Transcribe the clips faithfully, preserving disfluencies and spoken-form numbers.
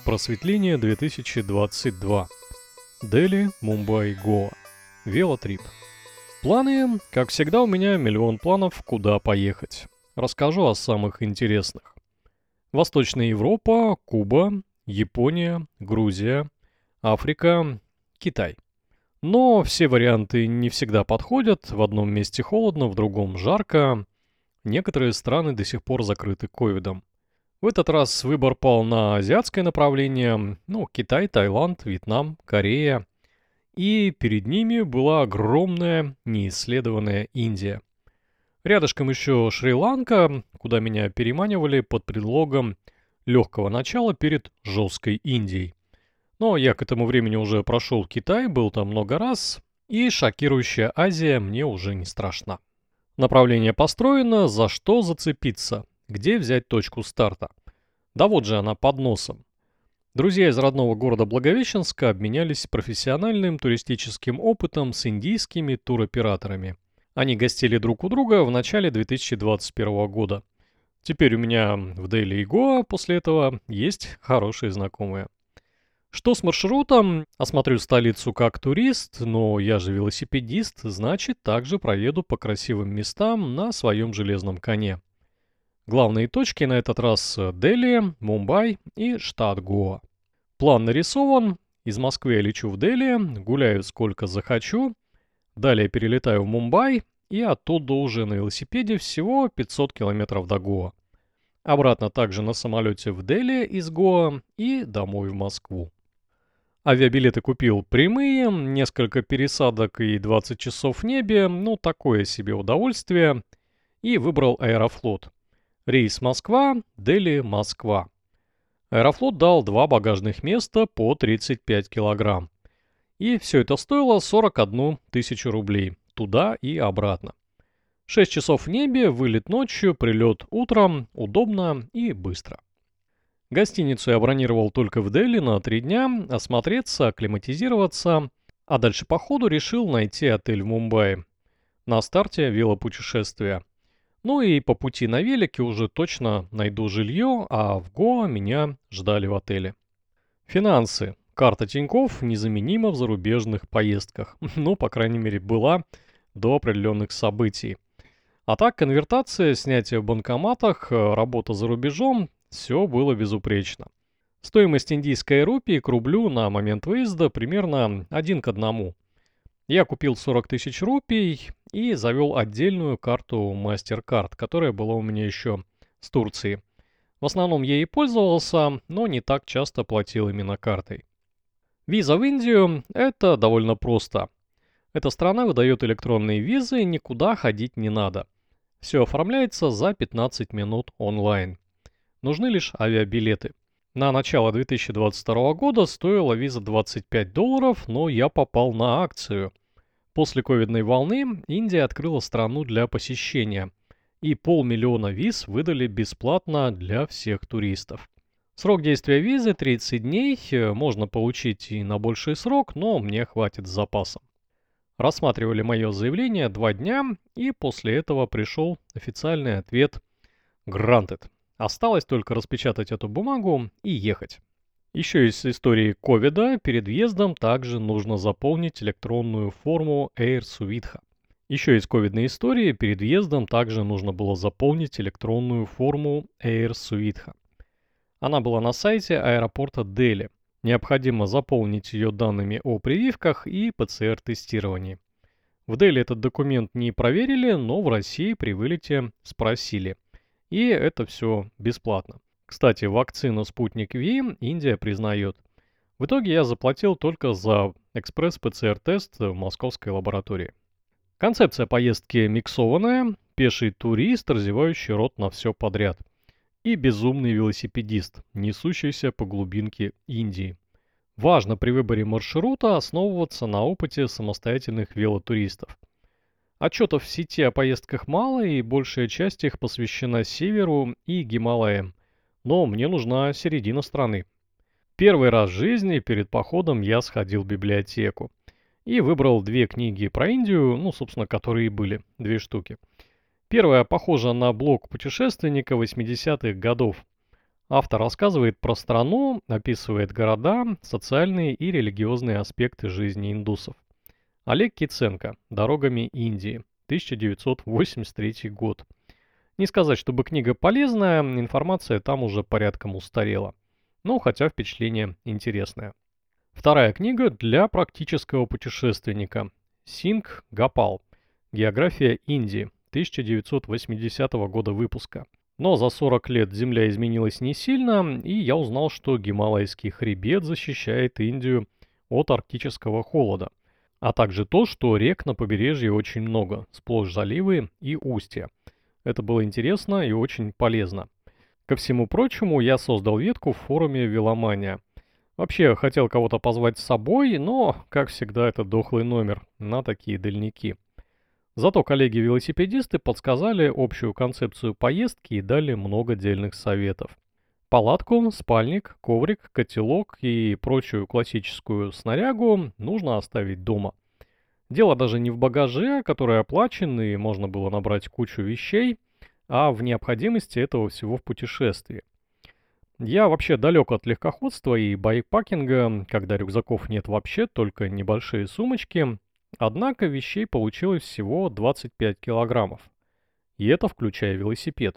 Просветление две тысячи двадцать два. Дели, Мумбай, Гоа. Велотрип. Планы, как всегда, у меня миллион планов, куда поехать. Расскажу о самых интересных. Восточная Европа, Куба, Япония, Грузия, Африка, Китай. Но все варианты не всегда подходят. В одном месте холодно, в другом жарко. Некоторые страны до сих пор закрыты ковидом. В этот раз выбор пал на азиатское направление, ну, Китай, Таиланд, Вьетнам, Корея. И перед ними была огромная неисследованная Индия. Рядышком еще Шри-Ланка, куда меня переманивали под предлогом легкого начала перед жесткой Индией. Но я к этому времени уже прошел Китай, был там много раз, и шокирующая Азия мне уже не страшна. Направление построено, за что зацепиться, где взять точку старта. Да вот же она под носом. Друзья из родного города Благовещенска обменялись профессиональным туристическим опытом с индийскими туроператорами. Они гостили друг у друга в начале две тысячи двадцать первого года. Теперь у меня в Дели и Гоа после этого есть хорошие знакомые. Что с маршрутом? Осмотрю столицу как турист, но я же велосипедист, значит также проеду по красивым местам на своем железном коне. Главные точки на этот раз Дели, Мумбай и штат Гоа. План нарисован. Из Москвы я лечу в Дели, гуляю сколько захочу. Далее перелетаю в Мумбай и оттуда уже на велосипеде всего пятьсот километров до Гоа. Обратно также на самолете в Дели из Гоа и домой в Москву. Авиабилеты купил прямые, несколько пересадок и двадцать часов в небе, ну такое себе удовольствие. И выбрал Аэрофлот. Рейс Москва, Дели, Москва. Аэрофлот дал два багажных места по тридцать пять килограмм. И все это стоило сорок одну тысячу рублей. Туда и обратно. шесть часов в небе, вылет ночью, прилет утром, удобно и быстро. Гостиницу я бронировал только в Дели на три дня, осмотреться, акклиматизироваться, а дальше по ходу решил найти отель в Мумбаи. На старте велопутешествия. Ну и по пути на велике уже точно найду жилье, а в Гоа меня ждали в отеле. Финансы. Карта Тинькофф незаменима в зарубежных поездках. Ну, по крайней мере, была до определенных событий. А так, конвертация, снятие в банкоматах, работа за рубежом – все было безупречно. Стоимость индийской рупии к рублю на момент выезда примерно один к одному. Я купил сорок тысяч рупий и завел отдельную карту MasterCard, которая была у меня еще с Турции. В основном ей и пользовался, но не так часто платил именно картой. Виза в Индию – это довольно просто. Эта страна выдает электронные визы, никуда ходить не надо. Все оформляется за пятнадцать минут онлайн. Нужны лишь авиабилеты. На начало две тысячи двадцать второго года стоила виза двадцать пять долларов, но я попал на акцию. После ковидной волны Индия открыла страну для посещения, и полмиллиона виз выдали бесплатно для всех туристов. Срок действия визы тридцать дней, можно получить и на больший срок, но мне хватит с запасом. Рассматривали мое заявление два дня, и после этого пришел официальный ответ «Granted». Осталось только распечатать эту бумагу и ехать. Еще из истории ковида перед въездом также нужно заполнить электронную форму Air Suvidha. Еще из ковидной истории перед въездом также нужно было заполнить электронную форму Air Suvidha. Она была на сайте аэропорта Дели. Необходимо заполнить ее данными о прививках и ПЦР-тестировании. В Дели этот документ не проверили, но в России при вылете спросили. И это все бесплатно. Кстати, вакцину «Спутник Ви» Индия признает. В итоге я заплатил только за экспресс-ПЦР-тест в московской лаборатории. Концепция поездки миксованная, пеший турист, разевающий рот на все подряд. И безумный велосипедист, несущийся по глубинке Индии. Важно при выборе маршрута основываться на опыте самостоятельных велотуристов. Отчетов в сети о поездках мало, и большая часть их посвящена северу и Гималаям. Но мне нужна середина страны. Первый раз в жизни перед походом я сходил в библиотеку. И выбрал две книги про Индию, ну, собственно, которые и были, две штуки. Первая похожа на блог путешественника восьмидесятых годов. Автор рассказывает про страну, описывает города, социальные и религиозные аспекты жизни индусов. Олег Киценко. Дорогами Индии. тысяча девятьсот восемьдесят третий год. Не сказать, чтобы книга полезная, информация там уже порядком устарела. Но хотя впечатление интересное. Вторая книга для практического путешественника. Сингх Гопал. География Индии. тысяча девятьсот восьмидесятого года выпуска. Но за сорок лет Земля изменилась не сильно, и я узнал, что Гималайский хребет защищает Индию от арктического холода. А также то, что рек на побережье очень много, сплошь заливы и устья. Это было интересно и очень полезно. Ко всему прочему, я создал ветку в форуме «Веломания». Вообще, хотел кого-то позвать с собой, но, как всегда, это дохлый номер на такие дальники. Зато коллеги-велосипедисты подсказали общую концепцию поездки и дали много дельных советов. Палатку, спальник, коврик, котелок и прочую классическую снарягу нужно оставить дома. Дело даже не в багаже, который оплачен и можно было набрать кучу вещей, а в необходимости этого всего в путешествии. Я вообще далек от легкоходства и байкпакинга, когда рюкзаков нет вообще, только небольшие сумочки. Однако вещей получилось всего двадцать пять килограммов. И это включая велосипед.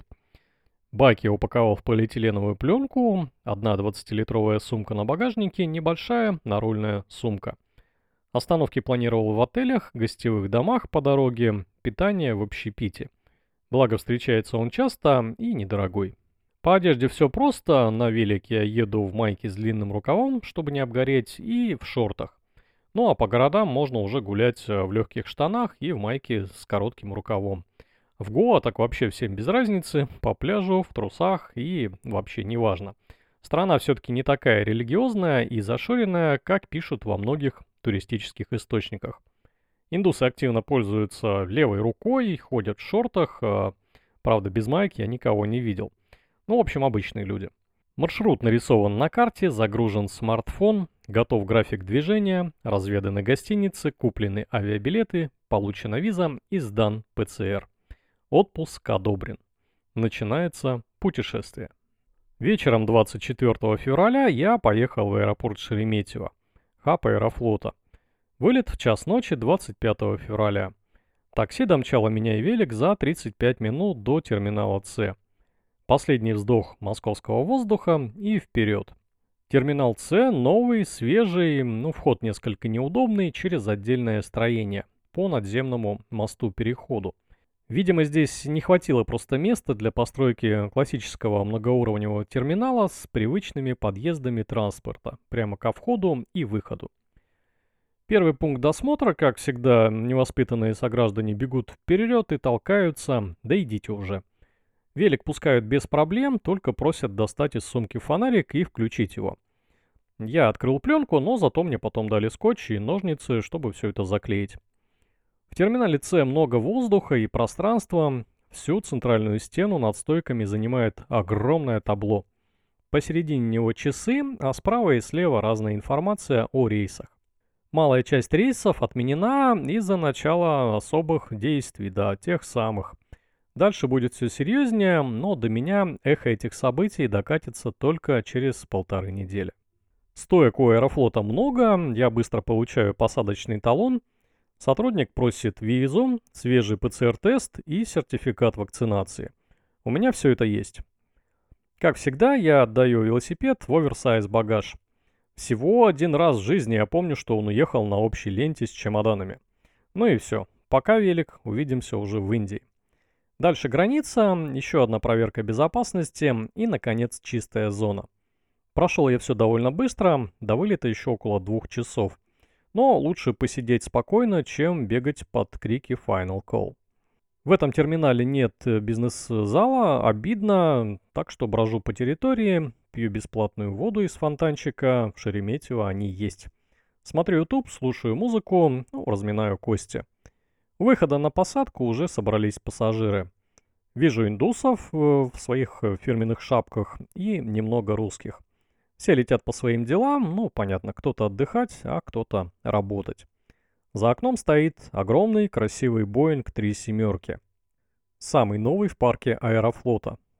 Байк я упаковал в полиэтиленовую пленку, одна двадцатилитровая сумка на багажнике, небольшая нарульная сумка. Остановки планировал в отелях, гостевых домах по дороге, питание в общепите. Благо встречается он часто и недорогой. По одежде все просто, на велике я еду в майке с длинным рукавом, чтобы не обгореть, и в шортах. Ну а по городам можно уже гулять в легких штанах и в майке с коротким рукавом. В Гоа так вообще всем без разницы, по пляжу, в трусах и вообще неважно. Страна все-таки не такая религиозная и зашоренная, как пишут во многих туристических источниках. Индусы активно пользуются левой рукой, ходят в шортах, правда без майки я никого не видел. Ну, в общем, обычные люди. Маршрут нарисован на карте, загружен смартфон, готов график движения, разведаны гостиницы, куплены авиабилеты, получена виза и сдан ПЦР. Отпуск одобрен. Начинается путешествие. Вечером двадцать четвёртого февраля я поехал в аэропорт Шереметьево, хаб Аэрофлота. Вылет в час ночи двадцать пятого февраля. Такси домчало меня и велик за тридцать пять минут до терминала С. Последний вздох московского воздуха и вперед. Терминал С новый, свежий, ну вход несколько неудобный, через отдельное строение по надземному мосту-переходу. Видимо, здесь не хватило просто места для постройки классического многоуровневого терминала с привычными подъездами транспорта прямо ко входу и выходу. Первый пункт досмотра, как всегда, невоспитанные сограждане бегут вперед и толкаются, да идите уже. Велик пускают без проблем, только просят достать из сумки фонарик и включить его. Я открыл пленку, но зато мне потом дали скотч и ножницы, чтобы все это заклеить. В терминале С много воздуха и пространства. Всю центральную стену над стойками занимает огромное табло. Посередине него часы, а справа и слева разная информация о рейсах. Малая часть рейсов отменена из-за начала особых действий, да, тех самых. Дальше будет все серьезнее, но до меня эхо этих событий докатится только через полторы недели. Стоек у Аэрофлота много, я быстро получаю посадочный талон. Сотрудник просит визу, свежий ПЦР-тест и сертификат вакцинации. У меня все это есть. Как всегда, я отдаю велосипед в оверсайз багаж. Всего один раз в жизни я помню, что он уехал на общей ленте с чемоданами. Ну и все. Пока велик, увидимся уже в Индии. Дальше граница, еще одна проверка безопасности и, наконец, чистая зона. Прошел я все довольно быстро, до вылета еще около двух часов. Но лучше посидеть спокойно, чем бегать под крики Final Call. В этом терминале нет бизнес-зала, обидно, так что брожу по территории, пью бесплатную воду из фонтанчика, в Шереметьево они есть. Смотрю YouTube, слушаю музыку, ну, разминаю кости. У выхода на посадку уже собрались пассажиры. Вижу индусов в своих фирменных шапках и немного русских. Все летят по своим делам, ну, понятно, кто-то отдыхать, а кто-то работать. За окном стоит огромный красивый Боинг три семерки. Самый новый в парке Аэрофлота.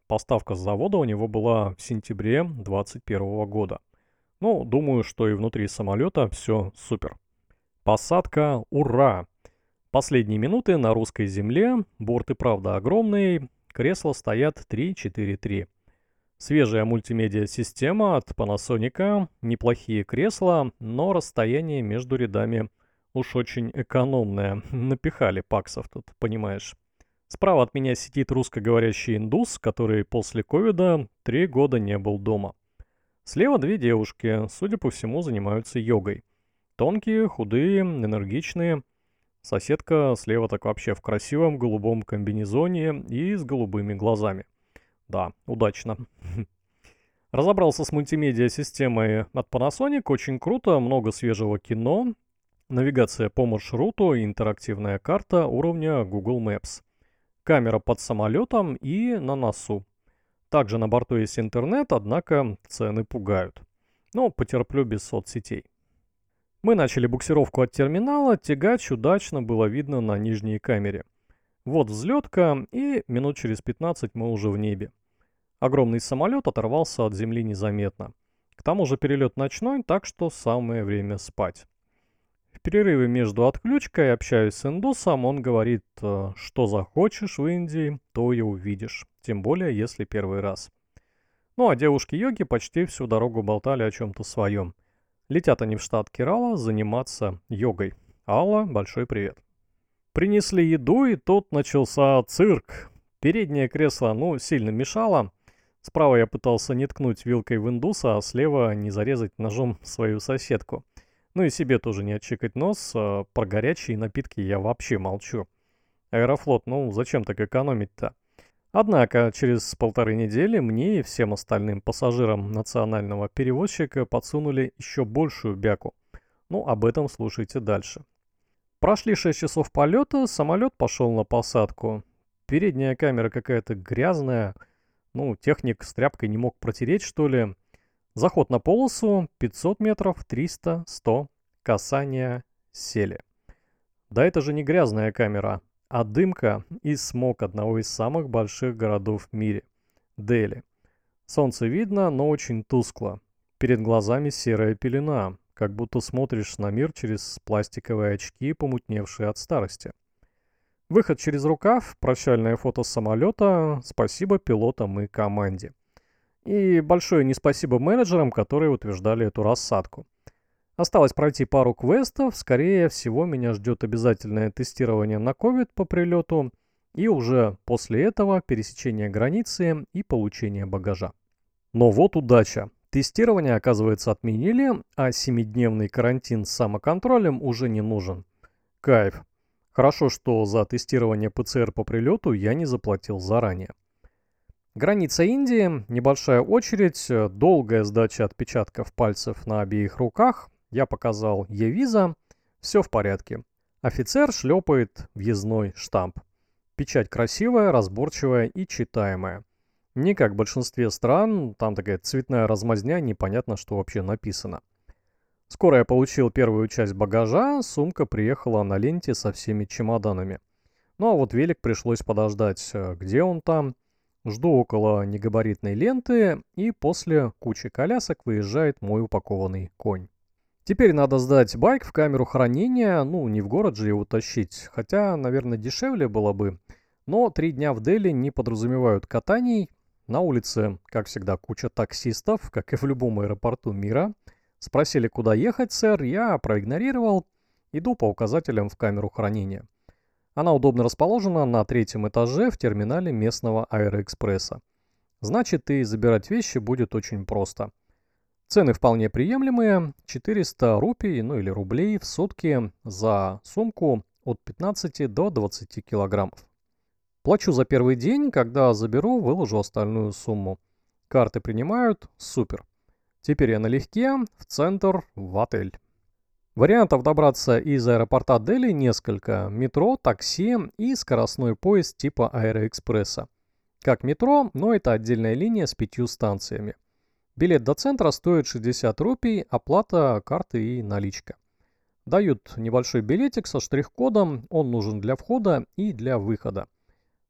Поставка с завода у него была в сентябре двадцать первого года. Ну, думаю, что и внутри самолета все супер. Посадка, ура! Последние минуты на русской земле, борт и правда огромный, кресла стоят три четыре три. Свежая мультимедиа-система от Panasonic, неплохие кресла, но расстояние между рядами уж очень экономное. Напихали паксов тут, понимаешь. Справа от меня сидит русскоговорящий индус, который после ковида три года не был дома. Слева две девушки, судя по всему, занимаются йогой. Тонкие, худые, энергичные. Соседка слева так вообще в красивом голубом комбинезоне и с голубыми глазами. Да, удачно. Разобрался с мультимедиа-системой от Panasonic, очень круто, много свежего кино, навигация по маршруту и интерактивная карта уровня Google Maps. Камера под самолетом и на носу. Также на борту есть интернет, однако цены пугают. Но потерплю без соцсетей. Мы начали буксировку от терминала, тягач удачно было видно на нижней камере. Вот взлетка, и минут через пятнадцать мы уже в небе. Огромный самолет оторвался от земли незаметно. К тому же перелет ночной, так что самое время спать. В перерыве между отключкой общаюсь с индусом, он говорит, что захочешь в Индии, то и увидишь, тем более если первый раз. Ну а девушки-йоги почти всю дорогу болтали о чем-то своем. Летят они в штат Керала заниматься йогой. Алла, большой привет. Принесли еду, и тут начался цирк. Переднее кресло, ну, сильно мешало. Справа я пытался не ткнуть вилкой в индуса, а слева не зарезать ножом свою соседку. Ну и себе тоже не отчикать нос, а про горячие напитки я вообще молчу. Аэрофлот, ну зачем так экономить-то? Однако через полторы недели мне и всем остальным пассажирам национального перевозчика подсунули еще большую бяку. Ну, об этом слушайте дальше. Прошли шесть часов полета, самолет пошел на посадку. Передняя камера какая-то грязная, ну, техник с тряпкой не мог протереть, что ли. Заход на полосу, пятьсот метров, триста, сто, касание, сели. Да это же не грязная камера, а дымка и смог одного из самых больших городов в мире – Дели. Солнце видно, но очень тускло. Перед глазами серая пелена, как будто смотришь на мир через пластиковые очки, помутневшие от старости. Выход через рукав, прощальное фото самолета, спасибо пилотам и команде. И большое неспасибо менеджерам, которые утверждали эту рассадку. Осталось пройти пару квестов, скорее всего меня ждет обязательное тестирование на ковид по прилету, и уже после этого пересечение границы и получение багажа. Но вот удача. Тестирование, оказывается, отменили, а семидневный карантин с самоконтролем уже не нужен. Кайф. Хорошо, что за тестирование ПЦР по прилету я не заплатил заранее. Граница Индии, небольшая очередь, долгая сдача отпечатков пальцев на обеих руках. Я показал e-виза, все в порядке. Офицер шлепает въездной штамп. Печать красивая, разборчивая и читаемая. Не как в большинстве стран, там такая цветная размазня, непонятно, что вообще написано. Скоро я получил первую часть багажа, сумка приехала на ленте со всеми чемоданами. Ну а вот велик пришлось подождать, где он там. Жду около негабаритной ленты, и после кучи колясок выезжает мой упакованный конь. Теперь надо сдать байк в камеру хранения, ну не в город же его тащить, хотя, наверное, дешевле было бы. Но три дня в Дели не подразумевают катаний. На улице, как всегда, куча таксистов, как и в любом аэропорту мира. Спросили, куда ехать, сэр, я проигнорировал, иду по указателям в камеру хранения. Она удобно расположена на третьем этаже в терминале местного Аэроэкспресса. Значит, и забирать вещи будет очень просто. Цены вполне приемлемые. четыреста рупий, ну или рублей в сутки за сумку от пятнадцати до двадцати килограммов. Плачу за первый день, когда заберу, выложу остальную сумму. Карты принимают, супер. Теперь я налегке, в центр, в отель. Вариантов добраться из аэропорта Дели несколько. Метро, такси и скоростной поезд типа Аэроэкспресса. Как метро, но это отдельная линия с пятью станциями. Билет до центра стоит шестьдесят рупий, оплата карты и наличка. Дают небольшой билетик со штрих-кодом, он нужен для входа и для выхода.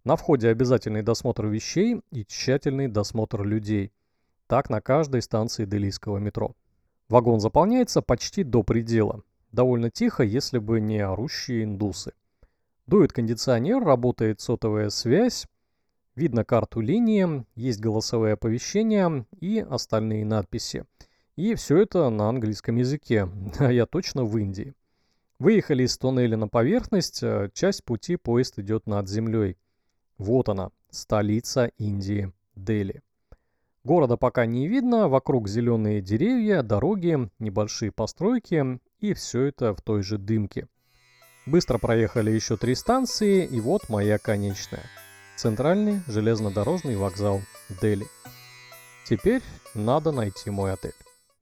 На входе обязательный досмотр вещей и тщательный досмотр людей. Так на каждой станции делийского метро. Вагон заполняется почти до предела. Довольно тихо, если бы не орущие индусы. Дует кондиционер, работает сотовая связь, видно карту линии, есть голосовые оповещения и остальные надписи. И все это на английском языке, а я точно в Индии. Выехали из туннеля на поверхность, часть пути поезд идет над землей. Вот она, столица Индии, Дели. Города пока не видно, вокруг зеленые деревья, дороги, небольшие постройки и все это в той же дымке. Быстро проехали еще три станции, и вот моя конечная. Центральный железнодорожный вокзал Дели. Теперь надо найти мой отель.